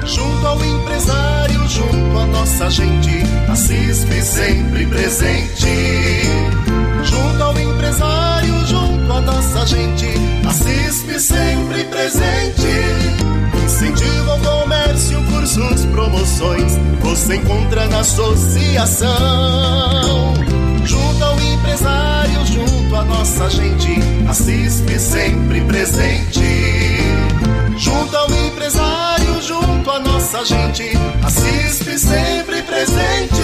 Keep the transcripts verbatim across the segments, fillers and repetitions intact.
Junto ao empresário, junto à nossa gente, a CISP sempre presente. Junto ao empresário, junto à nossa gente, a CISP sempre presente. Incentivo ao comércio, cursos, promoções, você encontra na associação. Junto ao empresário, junto à nossa gente, a CISP sempre presente. Junto ao empresário, junto à nossa gente, a CISP sempre presente.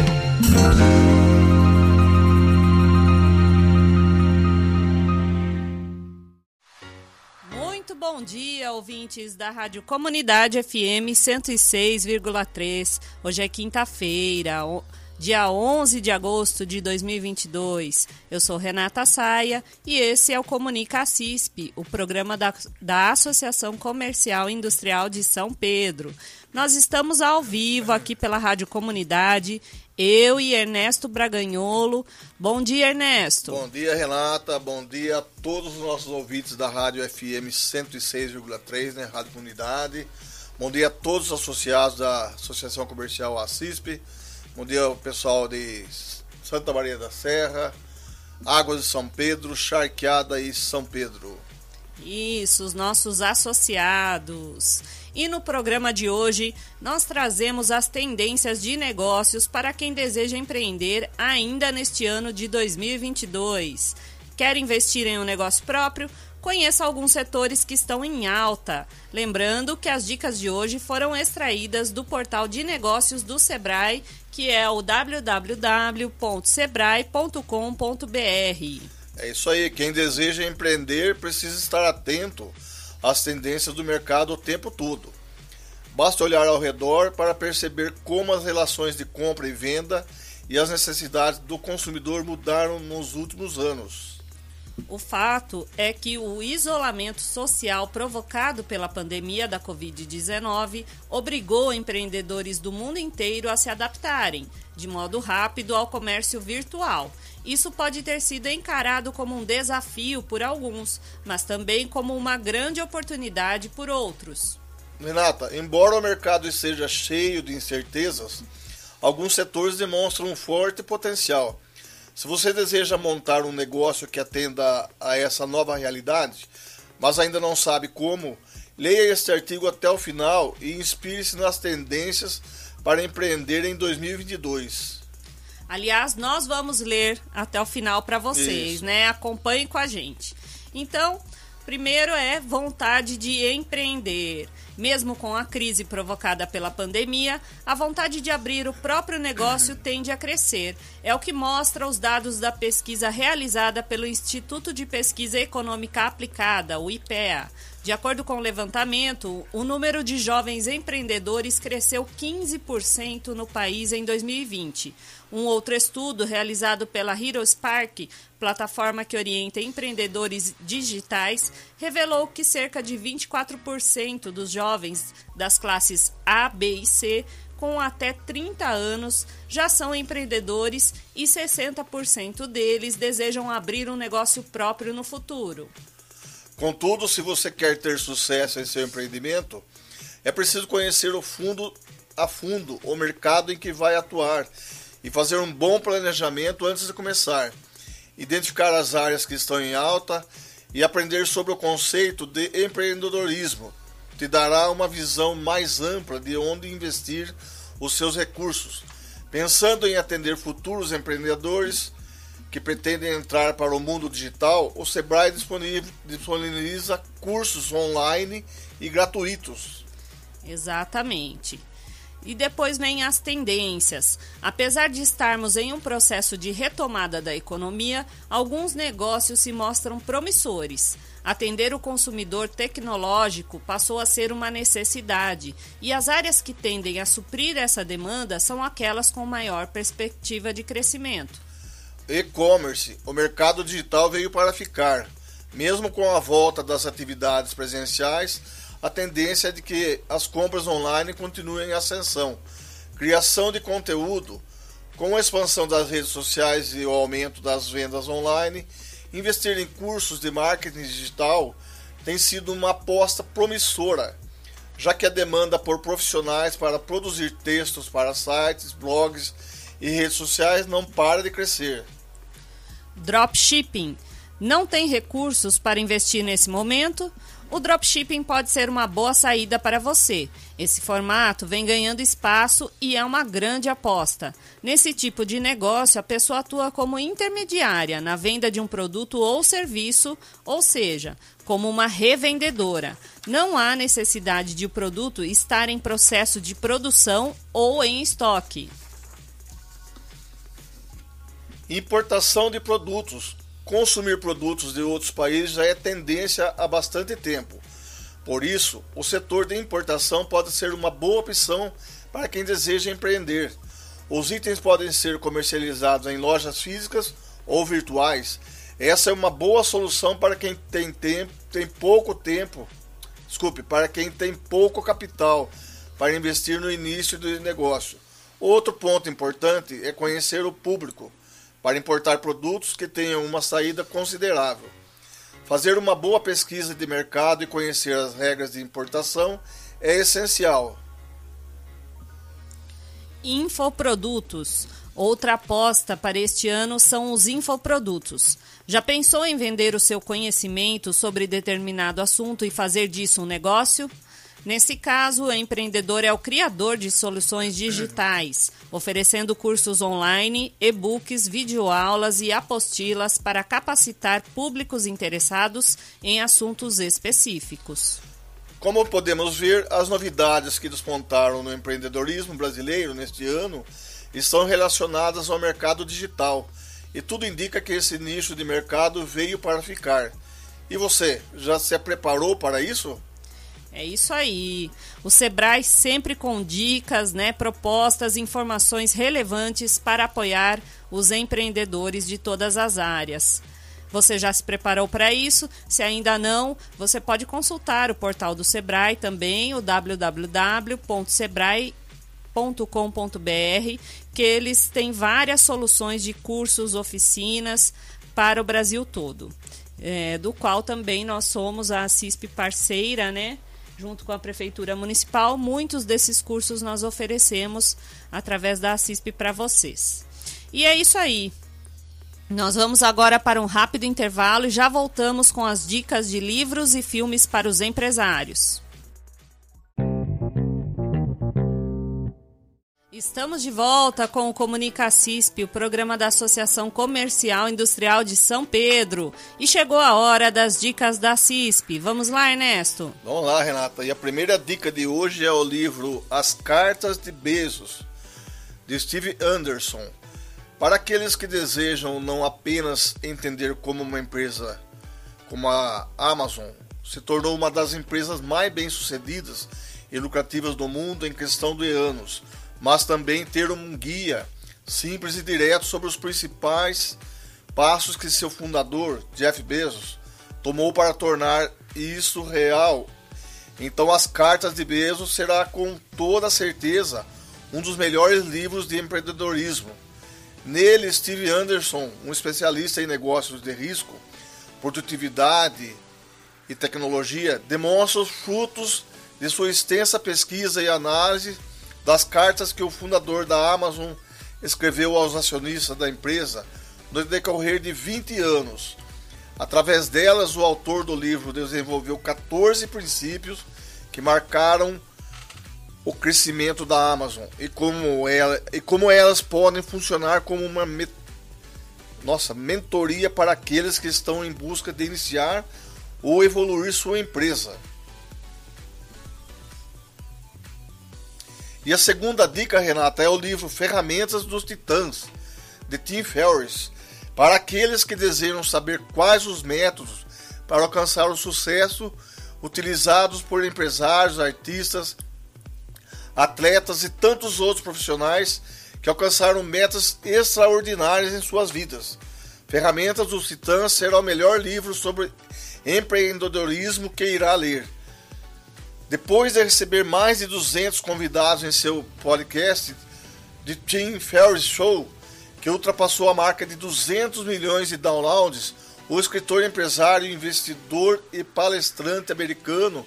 Muito bom dia, ouvintes da Rádio Comunidade F M cento e seis vírgula três. Hoje é quinta-feira, dia onze de agosto de dois mil e vinte e dois. Eu sou Renata Saia e esse é o Comunica CISP, o programa da, da Associação Comercial e Industrial de São Pedro. Nós estamos ao vivo aqui pela Rádio Comunidade, eu e Ernesto Braganholo. Bom dia, Ernesto. Bom dia, Renata. Bom dia a todos os nossos ouvintes da Rádio F M cento e seis vírgula três, né, Rádio Comunidade. Bom dia a todos os associados da Associação Comercial ACISP. Bom dia ao pessoal de Santa Maria da Serra, Águas de São Pedro, Charqueada e São Pedro. Isso, os nossos associados. E no programa de hoje, nós trazemos as tendências de negócios para quem deseja empreender ainda neste ano de dois mil e vinte e dois. Quer investir em um negócio próprio? Conheça alguns setores que estão em alta. Lembrando que as dicas de hoje foram extraídas do portal de negócios do Sebrae, que é o w w w ponto sebrae ponto com ponto b r. É isso aí, quem deseja empreender precisa estar atento às tendências do mercado o tempo todo. Basta olhar ao redor para perceber como as relações de compra e venda e as necessidades do consumidor mudaram nos últimos anos. O fato é que o isolamento social provocado pela pandemia da covid dezenove obrigou empreendedores do mundo inteiro a se adaptarem, de modo rápido, ao comércio virtual. Isso pode ter sido encarado como um desafio por alguns, mas também como uma grande oportunidade por outros. Renata, embora o mercado esteja cheio de incertezas, alguns setores demonstram um forte potencial. Se você deseja montar um negócio que atenda a essa nova realidade, mas ainda não sabe como, leia este artigo até o final e inspire-se nas tendências para empreender em dois mil e vinte e dois. Aliás, nós vamos ler até o final para vocês, Isso. né? Acompanhem com a gente. Então, primeiro é vontade de empreender. Mesmo com a crise provocada pela pandemia, a vontade de abrir o próprio negócio tende a crescer. É o que mostra os dados da pesquisa realizada pelo Instituto de Pesquisa Econômica Aplicada, o I P E A. De acordo com o levantamento, o número de jovens empreendedores cresceu quinze por cento no país em dois mil e vinte. Um outro estudo realizado pela HeroSpark, plataforma que orienta empreendedores digitais, revelou que cerca de vinte e quatro por cento dos jovens das classes A, B e C, com até trinta anos, já são empreendedores e sessenta por cento deles desejam abrir um negócio próprio no futuro. Contudo, se você quer ter sucesso em seu empreendimento, é preciso conhecer o fundo, a fundo o mercado em que vai atuar e fazer um bom planejamento antes de começar, identificar as áreas que estão em alta e aprender sobre o conceito de empreendedorismo. Te dará uma visão mais ampla de onde investir os seus recursos. Pensando em atender futuros empreendedores que pretendem entrar para o mundo digital, o Sebrae disponibiliza cursos online e gratuitos. Exatamente. E depois vem as tendências. Apesar de estarmos em um processo de retomada da economia, alguns negócios se mostram promissores. Atender o consumidor tecnológico passou a ser uma necessidade, e as áreas que tendem a suprir essa demanda são aquelas com maior perspectiva de crescimento. E-commerce, o mercado digital veio para ficar. Mesmo com a volta das atividades presenciais, a tendência é de que as compras online continuem em ascensão. Criação de conteúdo, com a expansão das redes sociais e o aumento das vendas online, investir em cursos de marketing digital tem sido uma aposta promissora. já que a demanda por profissionais para produzir textos para sites, blogs e redes sociais não para de crescer. Dropshipping. Não tem recursos para investir nesse momento? O dropshipping pode ser uma boa saída para você. Esse formato vem ganhando espaço e é uma grande aposta. Nesse tipo de negócio, a pessoa atua como intermediária na venda de um produto ou serviço, ou seja, como uma revendedora. Não há necessidade de o produto estar em processo de produção ou em estoque. Importação de produtos. Consumir produtos de outros países já é tendência há bastante tempo. Por isso, o setor de importação pode ser uma boa opção para quem deseja empreender. Os itens podem ser comercializados em lojas físicas ou virtuais. Essa é uma boa solução para quem tem tempo, tem pouco tempo, desculpe, para quem tem pouco capital para investir no início do negócio. Outro ponto importante é conhecer o público, para importar produtos que tenham uma saída considerável. Fazer uma boa pesquisa de mercado e conhecer as regras de importação é essencial. Infoprodutos. Outra aposta para este ano são os infoprodutos. Já pensou em vender o seu conhecimento sobre determinado assunto e fazer disso um negócio? Nesse caso, o empreendedor é o criador de soluções digitais, oferecendo cursos online, e-books, videoaulas e apostilas para capacitar públicos interessados em assuntos específicos. Como podemos ver, as novidades que despontaram no empreendedorismo brasileiro neste ano estão relacionadas ao mercado digital, e tudo indica que esse nicho de mercado veio para ficar. E você, já se preparou para isso? É isso aí. O Sebrae sempre com dicas, né, propostas, informações relevantes para apoiar os empreendedores de todas as áreas. Você já se preparou para isso? Se ainda não, você pode consultar o portal do Sebrae também, o w w w ponto sebrae ponto com ponto b r, que eles têm várias soluções de cursos, oficinas para o Brasil todo, é, do qual também nós somos a CISP parceira, né? Junto com a Prefeitura Municipal, muitos desses cursos nós oferecemos através da CISP para vocês. E é isso aí. Nós vamos agora para um rápido intervalo e já voltamos com as dicas de livros e filmes para os empresários. Estamos de volta com o Comunica CISP, o programa da Associação Comercial Industrial de São Pedro. E chegou a hora das dicas da CISP. Vamos lá, Ernesto? Vamos lá, Renata. E a primeira dica de hoje é o livro As Cartas de Bezos, de Steve Anderson. Para aqueles que desejam não apenas entender como uma empresa como a Amazon se tornou uma das empresas mais bem-sucedidas e lucrativas do mundo em questão de anos, mas também ter um guia simples e direto sobre os principais passos que seu fundador, Jeff Bezos, tomou para tornar isso real. Então, As Cartas de Bezos será com toda certeza um dos melhores livros de empreendedorismo. Nele, Steve Anderson, um especialista em negócios de risco, produtividade e tecnologia, demonstra os frutos de sua extensa pesquisa e análise das cartas que o fundador da Amazon escreveu aos acionistas da empresa no decorrer de vinte anos. Através delas, o autor do livro desenvolveu quatorze princípios que marcaram o crescimento da Amazon e como, ela, e como elas podem funcionar como uma met, nossa, mentoria para aqueles que estão em busca de iniciar ou evoluir sua empresa. E a segunda dica, Renata, é o livro Ferramentas dos Titãs, de Tim Ferriss, para aqueles que desejam saber quais os métodos para alcançar o sucesso utilizados por empresários, artistas, atletas e tantos outros profissionais que alcançaram metas extraordinárias em suas vidas. Ferramentas dos Titãs será o melhor livro sobre empreendedorismo que irá ler. Depois de receber mais de duzentos convidados em seu podcast, The Tim Ferriss Show, que ultrapassou a marca de duzentos milhões de downloads, o escritor, empresário, investidor e palestrante americano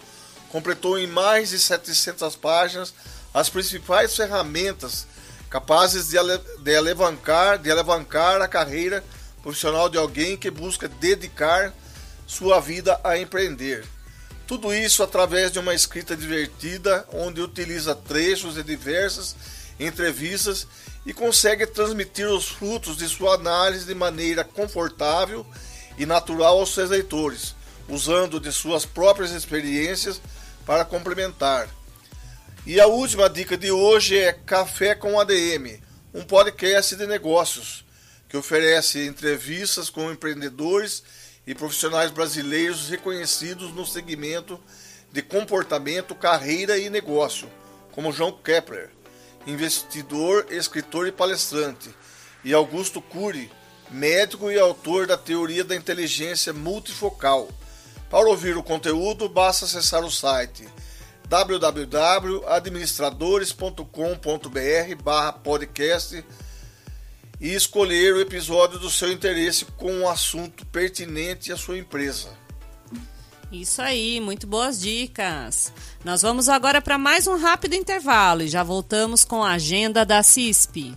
completou em mais de setecentas páginas as principais ferramentas capazes de, ale, de, alavancar, de alavancar a carreira profissional de alguém que busca dedicar sua vida a empreender. Tudo isso através de uma escrita divertida, onde utiliza trechos de diversas entrevistas e consegue transmitir os frutos de sua análise de maneira confortável e natural aos seus leitores, usando de suas próprias experiências para complementar. E a última dica de hoje é Café com A D M, um podcast de negócios que oferece entrevistas com empreendedores e profissionais brasileiros reconhecidos no segmento de comportamento, carreira e negócio, como João Kepler, investidor, escritor e palestrante, e Augusto Cury, médico e autor da teoria da inteligência multifocal. Para ouvir o conteúdo, basta acessar o site w w w ponto administradores ponto com ponto b r barra podcast e escolher o episódio do seu interesse com um assunto pertinente à sua empresa. Isso aí, muito boas dicas. Nós vamos agora para mais um rápido intervalo e já voltamos com a agenda da C I S P.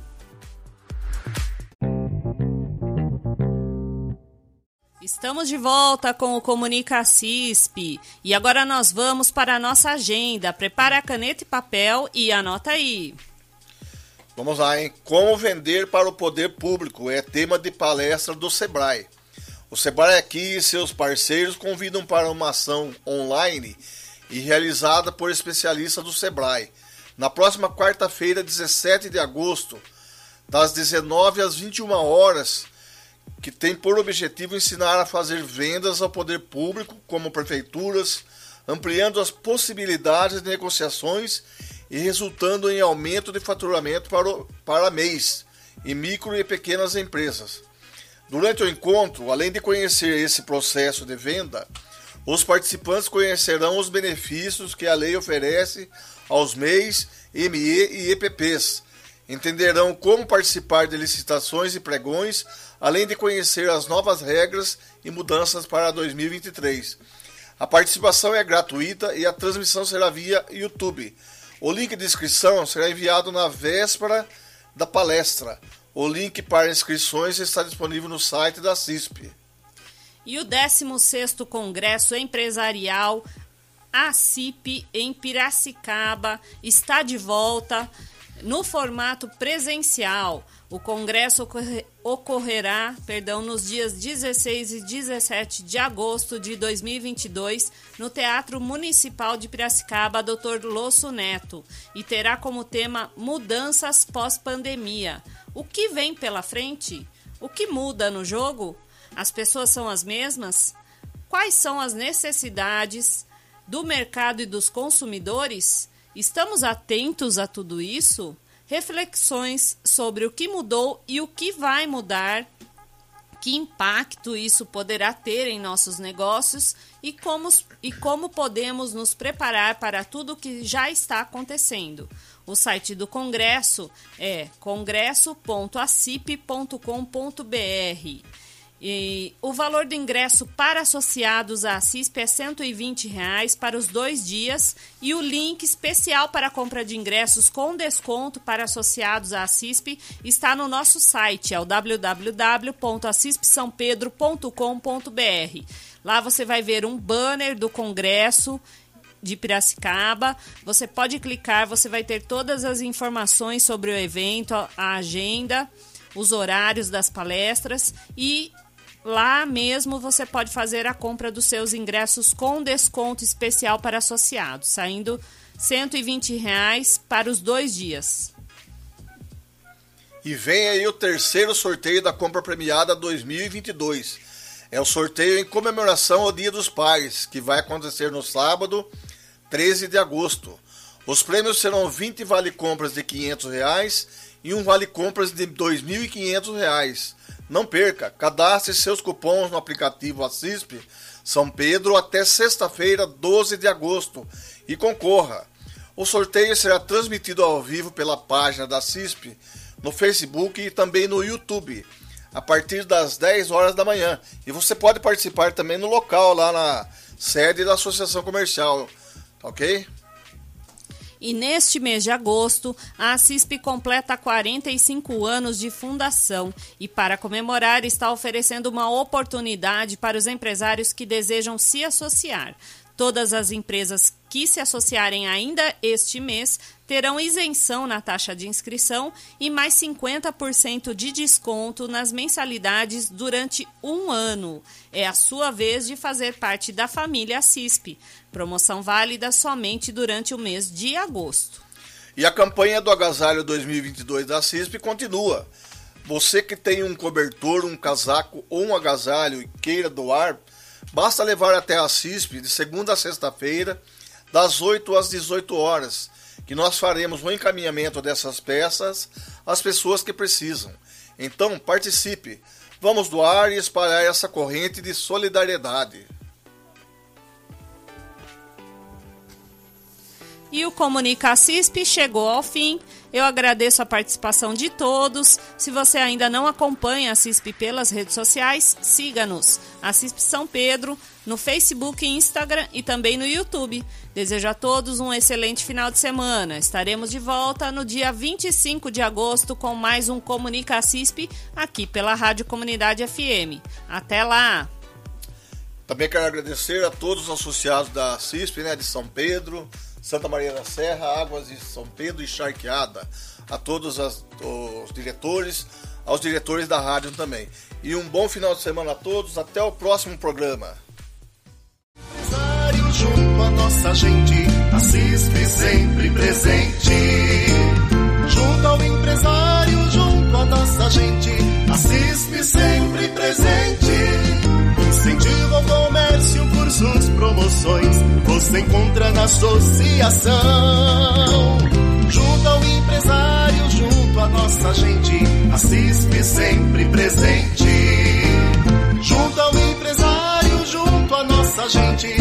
Estamos de volta com o Comunica C I S P e agora nós vamos para a nossa agenda. Prepara a caneta e papel e anota aí. Vamos lá, hein? Como vender para o poder público é tema de palestra do Sebrae. O Sebrae aqui e seus parceiros convidam para uma ação online e realizada por especialistas do Sebrae. Na próxima quarta-feira, dezessete de agosto, das dezenove às vinte e uma horas, que tem por objetivo ensinar a fazer vendas ao poder público, como prefeituras, ampliando as possibilidades de negociações e resultando em aumento de faturamento para, o, para mês em micro e pequenas empresas. Durante o encontro, além de conhecer esse processo de venda, os participantes conhecerão os benefícios que a lei oferece aos M E Is, M E e E P Ps. Entenderão como participar de licitações e pregões, além de conhecer as novas regras e mudanças para dois mil e vinte e três. A participação é gratuita e a transmissão será via YouTube. O link de inscrição será enviado na véspera da palestra. O link para inscrições está disponível no site da C I S P. E o décimo sexto Congresso Empresarial A C I P em Piracicaba está de volta no formato presencial. O congresso ocorre, ocorrerá perdão, nos dias dezesseis e dezessete de agosto de dois mil e vinte e dois no Teatro Municipal de Piracicaba, doutor Losso Neto, e terá como tema Mudanças pós-pandemia. O que vem pela frente? O que muda no jogo? As pessoas são as mesmas? Quais são as necessidades do mercado e dos consumidores? Estamos atentos a tudo isso? Reflexões sobre o que mudou e o que vai mudar, que impacto isso poderá ter em nossos negócios e como, e como podemos nos preparar para tudo o que já está acontecendo. O site do Congresso é congresso ponto a c i p ponto com ponto b r. E o valor do ingresso para associados à C I S P é cento e vinte reais para os dois dias e o link especial para a compra de ingressos com desconto para associados à C I S P está no nosso site, é o w w w ponto a c i s p são pedro ponto com ponto b r. Lá você vai ver um banner do Congresso de Piracicaba, você pode clicar, você vai ter todas as informações sobre o evento, a agenda, os horários das palestras e lá mesmo você pode fazer a compra dos seus ingressos com desconto especial para associados, saindo cento e vinte reais para os dois dias. E vem aí o terceiro sorteio da compra premiada dois mil e vinte e dois. É o sorteio em comemoração ao Dia dos Pais, que vai acontecer no sábado, treze de agosto. Os prêmios serão vinte vale-compras de quinhentos reais e um vale-compras de dois mil e quinhentos reais. Não perca, cadastre seus cupons no aplicativo A C I S P São Pedro até sexta-feira, doze de agosto e concorra. O sorteio será transmitido ao vivo pela página da C I S P no Facebook e também no YouTube a partir das dez horas da manhã. E você pode participar também no local, lá na sede da Associação Comercial, ok? E neste mês de agosto, a CISP completa quarenta e cinco anos de fundação e, para comemorar, está oferecendo uma oportunidade para os empresários que desejam se associar. Todas as empresas que se associarem ainda este mês terão isenção na taxa de inscrição e mais cinquenta por cento de desconto nas mensalidades durante um ano. É a sua vez de fazer parte da família CISP. Promoção válida somente durante o mês de agosto. E a campanha do Agasalho dois mil e vinte e dois da CISP continua. Você que tem um cobertor, um casaco ou um agasalho e queira doar, basta levar até a CISP de segunda a sexta-feira, das oito às dezoito horas, que nós faremos o encaminhamento dessas peças às pessoas que precisam. Então, participe. Vamos doar e espalhar essa corrente de solidariedade. E o Comunica CISP chegou ao fim. Eu agradeço a participação de todos. Se você ainda não acompanha a CISP pelas redes sociais, siga-nos. A CISP São Pedro, no Facebook, Instagram e também no YouTube. Desejo a todos um excelente final de semana. Estaremos de volta no dia vinte e cinco de agosto com mais um Comunica CISP aqui pela Rádio Comunidade F M. Até lá! Também quero agradecer a todos os associados da CISP, né, de São Pedro, Santa Maria da Serra, Águas de São Pedro e Charqueada, a todos as, os diretores, aos diretores da rádio também. E um bom final de semana a todos, até o próximo programa. Empresário junto à nossa gente, a CISP sempre presente. Junto ao empresário, junto à nossa gente, a CISP sempre presente. Incentivo ao comércio, cursos, promoções, você encontra na associação. Junto ao empresário, junto à nossa gente, a CISP sempre presente. Junto ao empresário, junto à nossa gente,